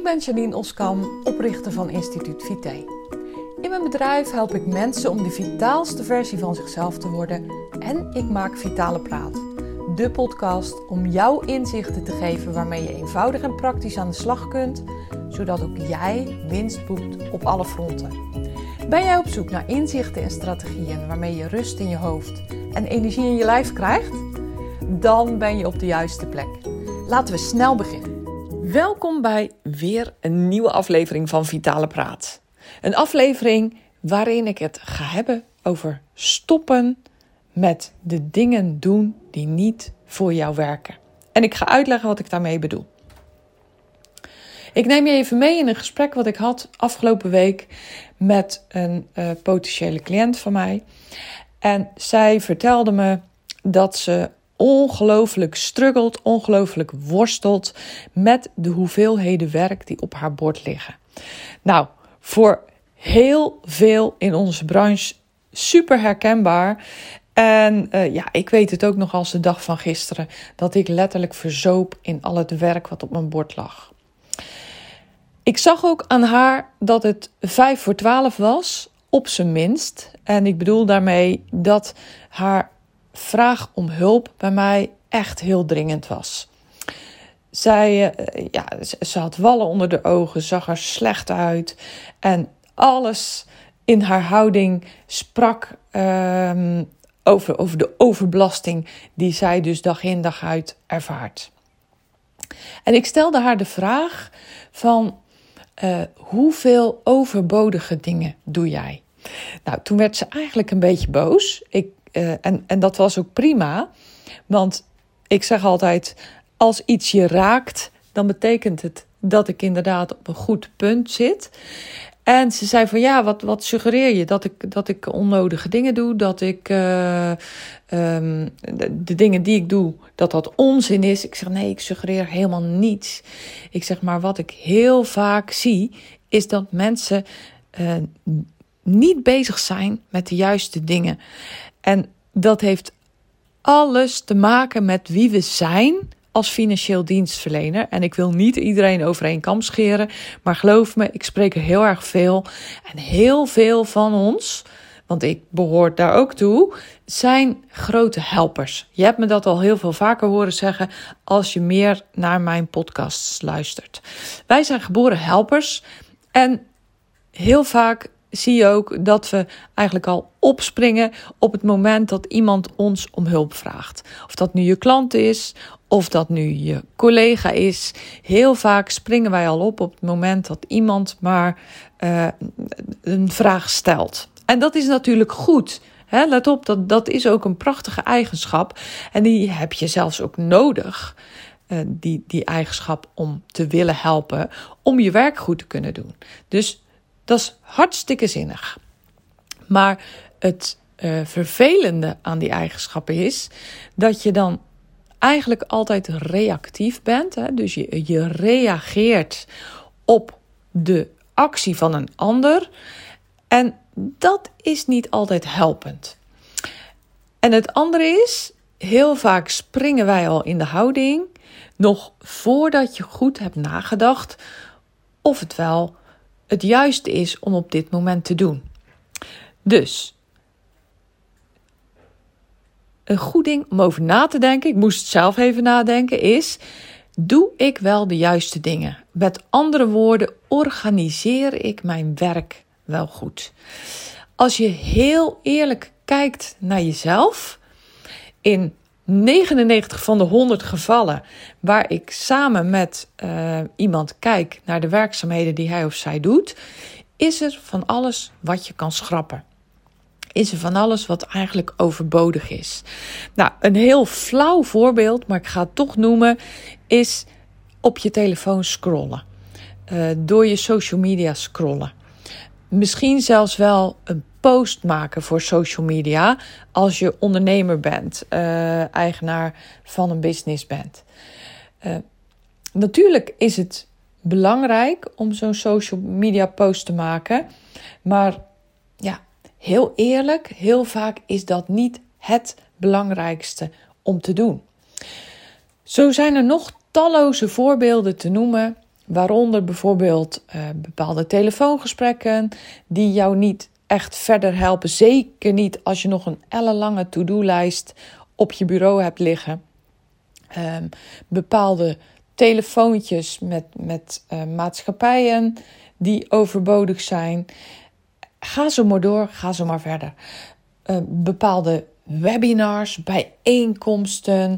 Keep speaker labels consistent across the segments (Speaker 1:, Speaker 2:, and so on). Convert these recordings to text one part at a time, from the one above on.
Speaker 1: Ik ben Janine Oskam, oprichter van Instituut Vitae. In mijn bedrijf help ik mensen om de vitaalste versie van zichzelf te worden en ik maak Vitale Praat, de podcast om jou inzichten te geven waarmee je eenvoudig en praktisch aan de slag kunt, zodat ook jij winst boekt op alle fronten. Ben jij op zoek naar inzichten en strategieën waarmee je rust in je hoofd en energie in je lijf krijgt? Dan ben je op de juiste plek. Laten we snel beginnen. Welkom bij weer een nieuwe aflevering van Vitale Praat. Een aflevering waarin ik het ga hebben over stoppen met de dingen doen die niet voor jou werken. En ik ga uitleggen wat ik daarmee bedoel. Ik neem je even mee in een gesprek wat ik had afgelopen week met een potentiële cliënt van mij. En zij vertelde me dat ze ongelooflijk struggelt, ongelooflijk worstelt met de hoeveelheden werk die op haar bord liggen. Nou, voor heel veel in onze branche super herkenbaar. En ik weet het ook nog als de dag van gisteren, dat ik letterlijk verzoop in al het werk wat op mijn bord lag. Ik zag ook aan haar dat het 11:55 was, op zijn minst. En ik bedoel daarmee dat haar vraag om hulp bij mij echt heel dringend was. Ze had wallen onder de ogen, zag er slecht uit. En alles in haar houding sprak over de overbelasting die zij dus dag in dag uit ervaart. En ik stelde haar de vraag van hoeveel overbodige dingen doe jij? Nou, toen werd ze eigenlijk een beetje boos. En dat was ook prima, want ik zeg altijd, als iets je raakt, dan betekent het dat ik inderdaad op een goed punt zit. En ze zei van ja, wat suggereer je? Dat ik onnodige dingen doe, dat ik de dingen die ik doe, dat onzin is. Ik zeg nee, ik suggereer helemaal niets. Ik zeg maar wat ik heel vaak zie, is dat mensen niet bezig zijn met de juiste dingen. En dat heeft alles te maken met wie we zijn als financieel dienstverlener. En ik wil niet iedereen over één kam scheren, maar geloof me, ik spreek er heel erg veel. En heel veel van ons, want ik behoor daar ook toe, zijn grote helpers. Je hebt me dat al heel veel vaker horen zeggen als je meer naar mijn podcasts luistert. Wij zijn geboren helpers en heel vaak zie je ook dat we eigenlijk al opspringen op het moment dat iemand ons om hulp vraagt. Of dat nu je klant is, of dat nu je collega is. Heel vaak springen wij al op het moment dat iemand maar een vraag stelt. En dat is natuurlijk goed. Hè? Let op, dat is ook een prachtige eigenschap. En die heb je zelfs ook nodig. Die eigenschap om te willen helpen, om je werk goed te kunnen doen. Dus dat is hartstikke zinnig. Maar het vervelende aan die eigenschappen is dat je dan eigenlijk altijd reactief bent. Hè? Dus je reageert op de actie van een ander. En dat is niet altijd helpend. En het andere is, heel vaak springen wij al in de houding, nog voordat je goed hebt nagedacht of het wel het juiste is om op dit moment te doen. Dus een goed ding om over na te denken, ik moest zelf even nadenken, is: doe ik wel de juiste dingen? Met andere woorden, organiseer ik mijn werk wel goed? Als je heel eerlijk kijkt naar jezelf, in 99 van de 100 gevallen waar ik samen met iemand kijk naar de werkzaamheden die hij of zij doet, is er van alles wat je kan schrappen. Is er van alles wat eigenlijk overbodig is. Nou, een heel flauw voorbeeld, maar ik ga het toch noemen, is op je telefoon scrollen. Door je social media scrollen. Misschien zelfs wel een post maken voor social media als je ondernemer bent, eigenaar van een business bent. Natuurlijk is het belangrijk om zo'n social media post te maken, maar ja, heel eerlijk, heel vaak is dat niet het belangrijkste om te doen. Zo zijn er nog talloze voorbeelden te noemen Waaronder bijvoorbeeld bepaalde telefoongesprekken die jou niet echt verder helpen. Zeker niet als je nog een ellenlange to-do-lijst op je bureau hebt liggen. Bepaalde telefoontjes met maatschappijen die overbodig zijn. Ga zo maar door, ga zo maar verder. Bepaalde webinars, bijeenkomsten,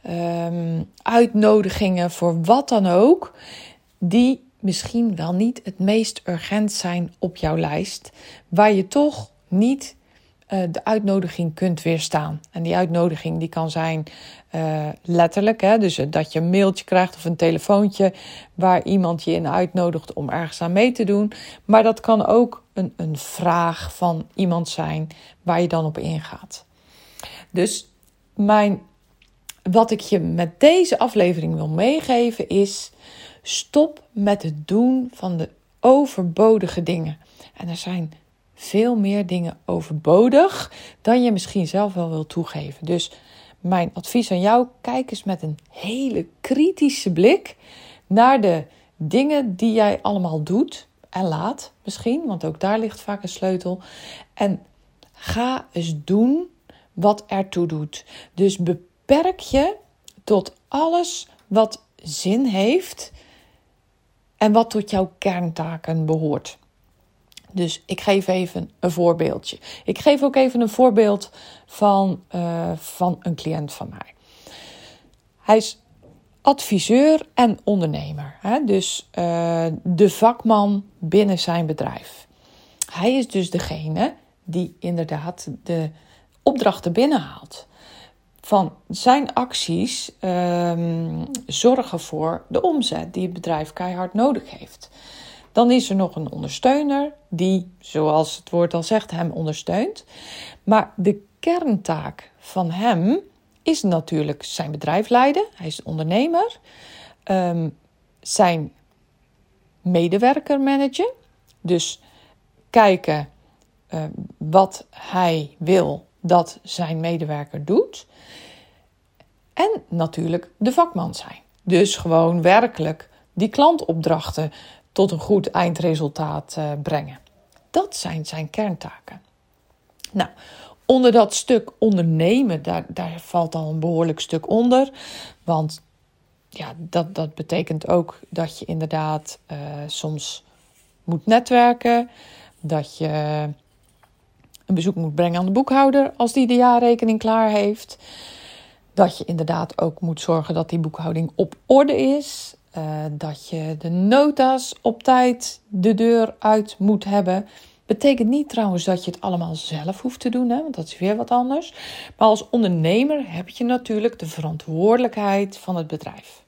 Speaker 1: uitnodigingen voor wat dan ook, die misschien wel niet het meest urgent zijn op jouw lijst, waar je toch niet de uitnodiging kunt weerstaan. En die uitnodiging die kan zijn letterlijk, hè, dus dat je een mailtje krijgt of een telefoontje waar iemand je in uitnodigt om ergens aan mee te doen. Maar dat kan ook een vraag van iemand zijn waar je dan op ingaat. Dus wat ik je met deze aflevering wil meegeven is: stop met het doen van de overbodige dingen. En er zijn veel meer dingen overbodig dan je misschien zelf wel wil toegeven. Dus mijn advies aan jou: kijk eens met een hele kritische blik naar de dingen die jij allemaal doet en laat misschien, want ook daar ligt vaak een sleutel. En ga eens doen wat ertoe doet. Dus beperk je tot alles wat zin heeft en wat tot jouw kerntaken behoort. Dus ik geef even een voorbeeldje. Ik geef ook even een voorbeeld van een cliënt van mij. Hij is adviseur en ondernemer. Hè? Dus de vakman binnen zijn bedrijf. Hij is dus degene die inderdaad de opdrachten binnenhaalt. Van zijn acties zorgen voor de omzet die het bedrijf keihard nodig heeft. Dan is er nog een ondersteuner die, zoals het woord al zegt, hem ondersteunt. Maar de kerntaak van hem is natuurlijk zijn bedrijf leiden. Hij is ondernemer. Zijn medewerker managen. Dus kijken wat hij wil dat zijn medewerker doet. En natuurlijk de vakman zijn. Dus gewoon werkelijk die klantopdrachten tot een goed eindresultaat brengen. Dat zijn zijn kerntaken. Nou, onder dat stuk ondernemen, daar valt al een behoorlijk stuk onder. Want ja, dat betekent ook dat je inderdaad soms moet netwerken. Dat je een bezoek moet brengen aan de boekhouder als die de jaarrekening klaar heeft. Dat je inderdaad ook moet zorgen dat die boekhouding op orde is. Dat je de nota's op tijd de deur uit moet hebben. Betekent niet trouwens dat je het allemaal zelf hoeft te doen, hè, want dat is weer wat anders. Maar als ondernemer heb je natuurlijk de verantwoordelijkheid van het bedrijf.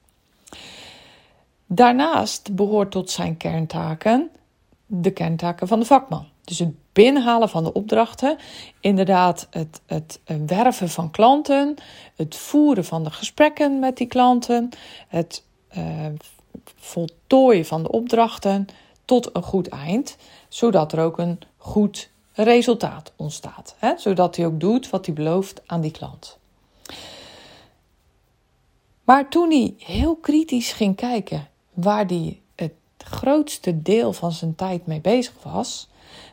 Speaker 1: Daarnaast behoort tot zijn kerntaken de kerntaken van de vakman. Dus het binnenhalen van de opdrachten, inderdaad het werven van klanten, het voeren van de gesprekken met die klanten, het voltooien van de opdrachten tot een goed eind, zodat er ook een goed resultaat ontstaat. Hè? Zodat hij ook doet wat hij belooft aan die klant. Maar toen hij heel kritisch ging kijken waar hij het grootste deel van zijn tijd mee bezig was,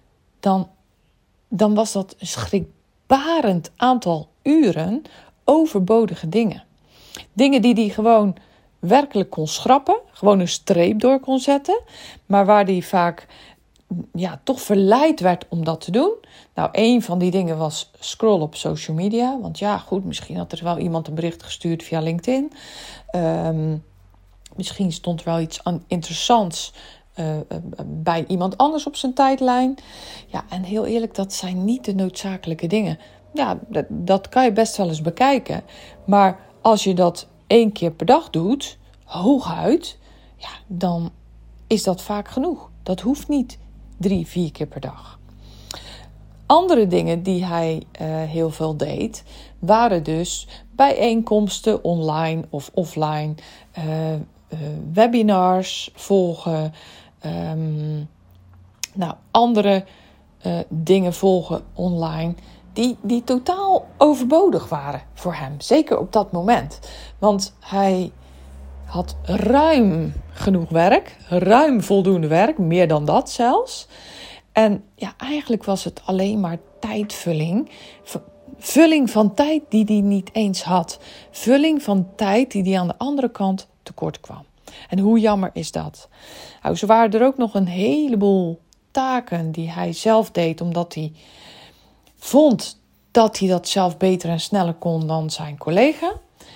Speaker 1: dan was dat een schrikbarend aantal uren overbodige dingen. Dingen die hij gewoon werkelijk kon schrappen, gewoon een streep door kon zetten, maar waar hij vaak toch verleid werd om dat te doen. Nou, een van die dingen was scrollen op social media, want ja, goed, misschien had er wel iemand een bericht gestuurd via LinkedIn. Misschien stond er wel iets interessants bij iemand anders op zijn tijdlijn. Ja, en heel eerlijk, dat zijn niet de noodzakelijke dingen. Ja, dat kan je best wel eens bekijken. Maar als je dat 1 keer per dag doet, hooguit, ja, dan is dat vaak genoeg. Dat hoeft niet 3-4 keer per dag. Andere dingen die hij heel veel deed, waren dus bijeenkomsten online of offline, webinars volgen, andere dingen volgen online die totaal overbodig waren voor hem. Zeker op dat moment. Want hij had ruim genoeg werk, ruim voldoende werk, meer dan dat zelfs. En ja, eigenlijk was het alleen maar tijdvulling. Vulling van tijd die hij niet eens had. Vulling van tijd die hij aan de andere kant tekort kwam. En hoe jammer is dat? Nou, zo waren er ook nog een heleboel taken die hij zelf deed, omdat hij vond dat hij dat zelf beter en sneller kon dan zijn collega.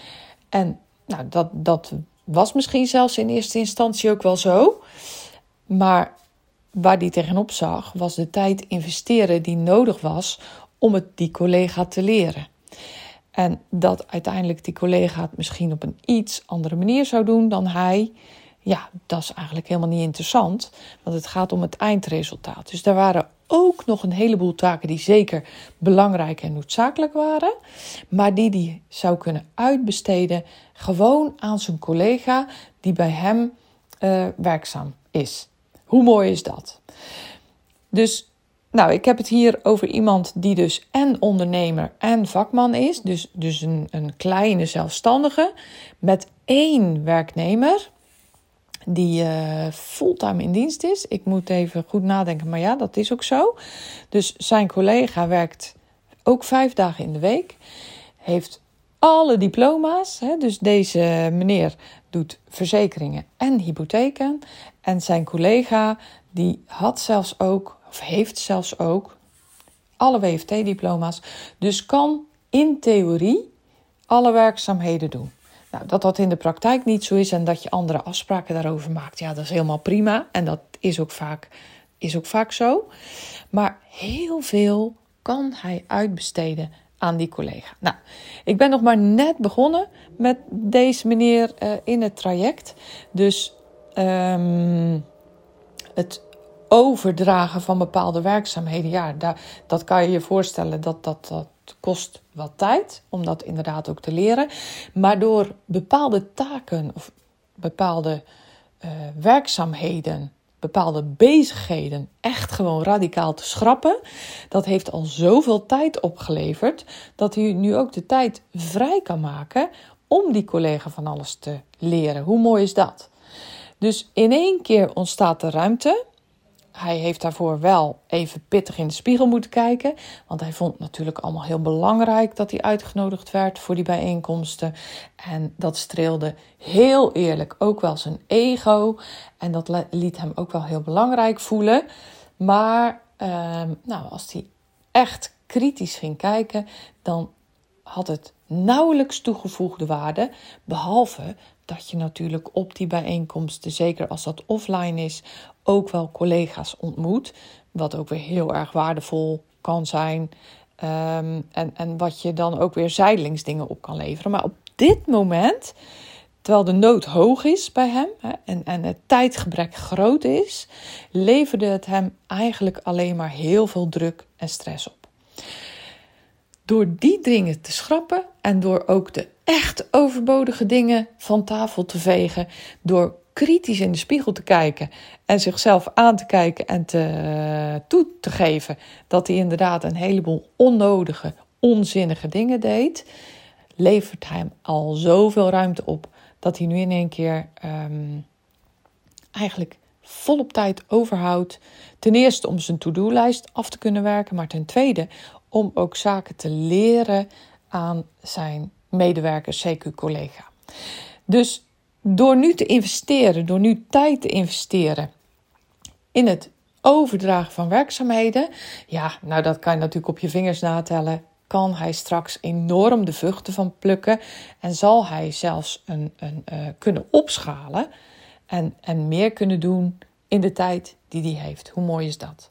Speaker 1: En nou, dat was misschien zelfs in eerste instantie ook wel zo. Maar waar hij tegenop zag, was de tijd investeren die nodig was om het die collega te leren. En dat uiteindelijk die collega het misschien op een iets andere manier zou doen dan hij. Ja, dat is eigenlijk helemaal niet interessant. Want het gaat om het eindresultaat. Dus daar waren ook nog een heleboel taken die zeker belangrijk en noodzakelijk waren. Maar die zou kunnen uitbesteden gewoon aan zijn collega die bij hem werkzaam is. Hoe mooi is dat? Dus nou, ik heb het hier over iemand die dus en ondernemer en vakman is. Dus een kleine zelfstandige met 1 werknemer die fulltime in dienst is. Ik moet even goed nadenken, maar ja, dat is ook zo. Dus zijn collega werkt ook 5 dagen in de week. Heeft alle diploma's. Dus deze meneer doet verzekeringen en hypotheken. En zijn collega die had zelfs ook, of heeft zelfs ook, alle WFT-diploma's. Dus kan in theorie alle werkzaamheden doen. Nou, dat in de praktijk niet zo is en dat je andere afspraken daarover maakt. Ja, dat is helemaal prima. En dat is ook vaak zo. Maar heel veel kan hij uitbesteden aan die collega. Nou, ik ben nog maar net begonnen met deze meneer in het traject. Dus het overdragen van bepaalde werkzaamheden, ja, dat kan je je voorstellen dat kost wat tijd om dat inderdaad ook te leren. Maar door bepaalde taken of bepaalde werkzaamheden, bepaalde bezigheden echt gewoon radicaal te schrappen, dat heeft al zoveel tijd opgeleverd dat hij nu ook de tijd vrij kan maken om die collega van alles te leren. Hoe mooi is dat? Dus in 1 keer ontstaat de ruimte. Hij heeft daarvoor wel even pittig in de spiegel moeten kijken. Want hij vond het natuurlijk allemaal heel belangrijk dat hij uitgenodigd werd voor die bijeenkomsten. En dat streelde heel eerlijk ook wel zijn ego. En dat liet hem ook wel heel belangrijk voelen. Maar als hij echt kritisch ging kijken, dan had het nauwelijks toegevoegde waarde. Behalve dat je natuurlijk op die bijeenkomsten, zeker als dat offline is, ook wel collega's ontmoet. Wat ook weer heel erg waardevol kan zijn. En wat je dan ook weer zijdelings dingen op kan leveren. Maar op dit moment, terwijl de nood hoog is bij hem en het tijdgebrek groot is, leverde het hem eigenlijk alleen maar heel veel druk en stress op. Door die dingen te schrappen en door ook de echt overbodige dingen van tafel te vegen, door kritisch in de spiegel te kijken en zichzelf aan te kijken en toe te geven dat hij inderdaad een heleboel onnodige, onzinnige dingen deed, levert hij hem al zoveel ruimte op dat hij nu in 1 keer eigenlijk volop tijd overhoudt. Ten eerste om zijn to-do-lijst af te kunnen werken, maar ten tweede om ook zaken te leren aan zijn medewerker, CQ-collega. Dus door nu te investeren, door nu tijd te investeren in het overdragen van werkzaamheden, ja, nou dat kan je natuurlijk op je vingers natellen, kan hij straks enorm de vruchten van plukken en zal hij zelfs kunnen opschalen en meer kunnen doen in de tijd die hij heeft. Hoe mooi is dat?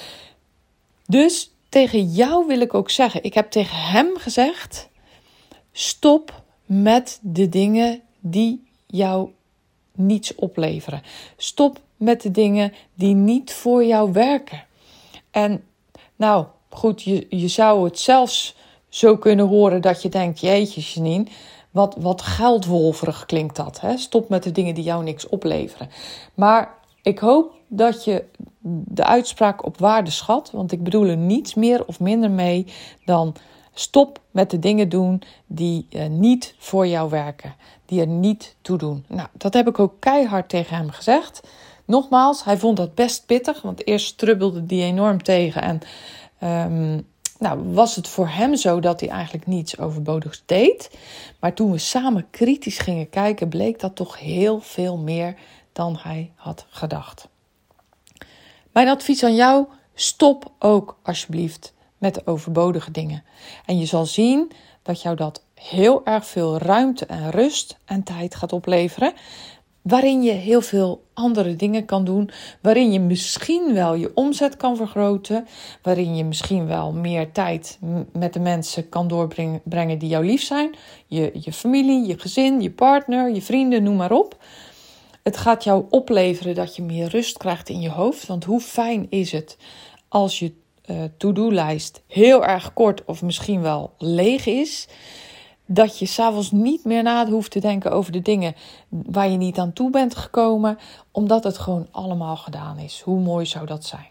Speaker 1: Dus tegen jou wil ik ook zeggen, ik heb tegen hem gezegd, stop met de dingen die jou niets opleveren. Stop met de dingen die niet voor jou werken. En nou goed, je zou het zelfs zo kunnen horen dat je denkt, jeetje Janine, wat geldwolverig klinkt dat. Hè? Stop met de dingen die jou niks opleveren. Maar ik hoop dat je de uitspraak op waarde schat, want ik bedoel er niets meer of minder mee dan Stop met de dingen doen die niet voor jou werken. Die er niet toe doen. Nou, dat heb ik ook keihard tegen hem gezegd. Nogmaals, hij vond dat best pittig. Want eerst strubbelde hij enorm tegen. En was het voor hem zo dat hij eigenlijk niets overbodigs deed. Maar toen we samen kritisch gingen kijken, bleek dat toch heel veel meer dan hij had gedacht. Mijn advies aan jou, stop ook alsjeblieft met de overbodige dingen. En je zal zien dat jou dat heel erg veel ruimte en rust en tijd gaat opleveren. Waarin je heel veel andere dingen kan doen. Waarin je misschien wel je omzet kan vergroten. Waarin je misschien wel meer tijd met de mensen kan doorbrengen die jou lief zijn. Je familie, je gezin, je partner, je vrienden, noem maar op. Het gaat jou opleveren dat je meer rust krijgt in je hoofd. Want hoe fijn is het als je to-do-lijst heel erg kort of misschien wel leeg is. Dat je 's avonds niet meer na hoeft te denken over de dingen waar je niet aan toe bent gekomen. Omdat het gewoon allemaal gedaan is. Hoe mooi zou dat zijn?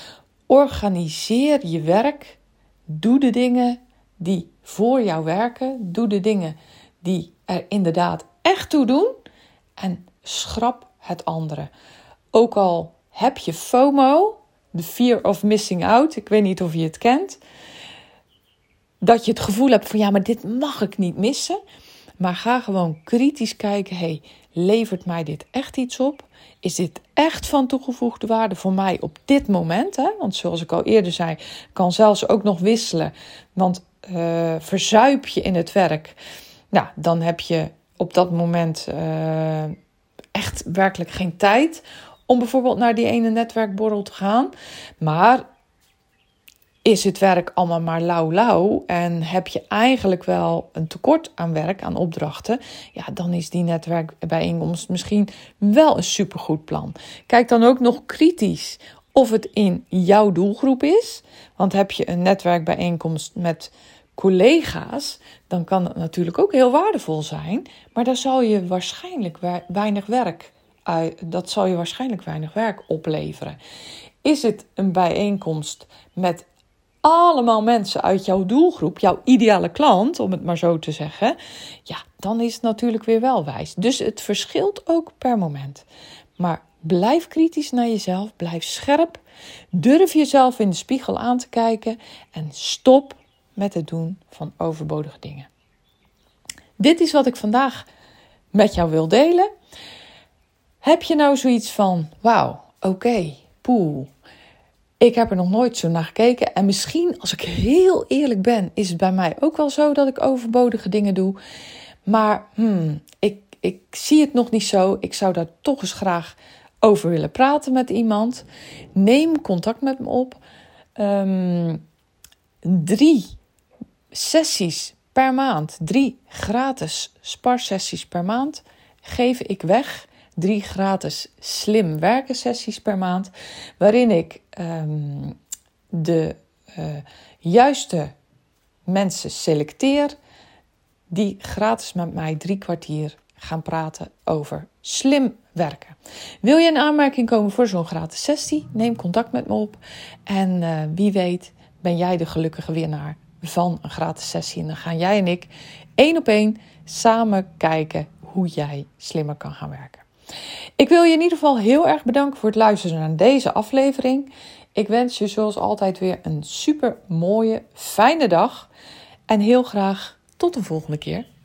Speaker 1: Organiseer je werk. Doe de dingen die voor jou werken. Doe de dingen die er inderdaad echt toe doen. En schrap het andere. Ook al heb je FOMO, de fear of missing out. Ik weet niet of je het kent. Dat je het gevoel hebt van maar dit mag ik niet missen. Maar ga gewoon kritisch kijken. Levert mij dit echt iets op? Is dit echt van toegevoegde waarde voor mij op dit moment? Hè? Want zoals ik al eerder zei, kan zelfs ook nog wisselen. Want verzuip je in het werk. Nou, dan heb je op dat moment echt werkelijk geen tijd om bijvoorbeeld naar die ene netwerkborrel te gaan. Maar is het werk allemaal maar lauw en heb je eigenlijk wel een tekort aan werk, aan opdrachten, dan is die netwerkbijeenkomst misschien wel een supergoed plan. Kijk dan ook nog kritisch of het in jouw doelgroep is. Want heb je een netwerkbijeenkomst met collega's, dan kan het natuurlijk ook heel waardevol zijn. Maar daar zal je waarschijnlijk weinig werk opleveren. Is het een bijeenkomst met allemaal mensen uit jouw doelgroep, jouw ideale klant, om het maar zo te zeggen, dan is het natuurlijk weer wel wijs. Dus het verschilt ook per moment. Maar blijf kritisch naar jezelf, blijf scherp, durf jezelf in de spiegel aan te kijken en stop met het doen van overbodige dingen. Dit is wat ik vandaag met jou wil delen. Heb je nou zoiets van, wauw, oké, ik heb er nog nooit zo naar gekeken. En misschien, als ik heel eerlijk ben, is het bij mij ook wel zo dat ik overbodige dingen doe. Maar ik zie het nog niet zo. Ik zou daar toch eens graag over willen praten met iemand. Neem contact met me op. 3 sessies per maand. 3 gratis sparsessies per maand geef ik weg. 3 gratis slim werken sessies per maand. Waarin ik de juiste mensen selecteer. Die gratis met mij 3 kwartier gaan praten over slim werken. Wil je in aanmerking komen voor zo'n gratis sessie? Neem contact met me op. En wie weet ben jij de gelukkige winnaar van een gratis sessie. En dan gaan jij en ik 1 op 1 samen kijken hoe jij slimmer kan gaan werken. Ik wil je in ieder geval heel erg bedanken voor het luisteren naar deze aflevering. Ik wens je zoals altijd weer een super mooie, fijne dag. En heel graag tot de volgende keer.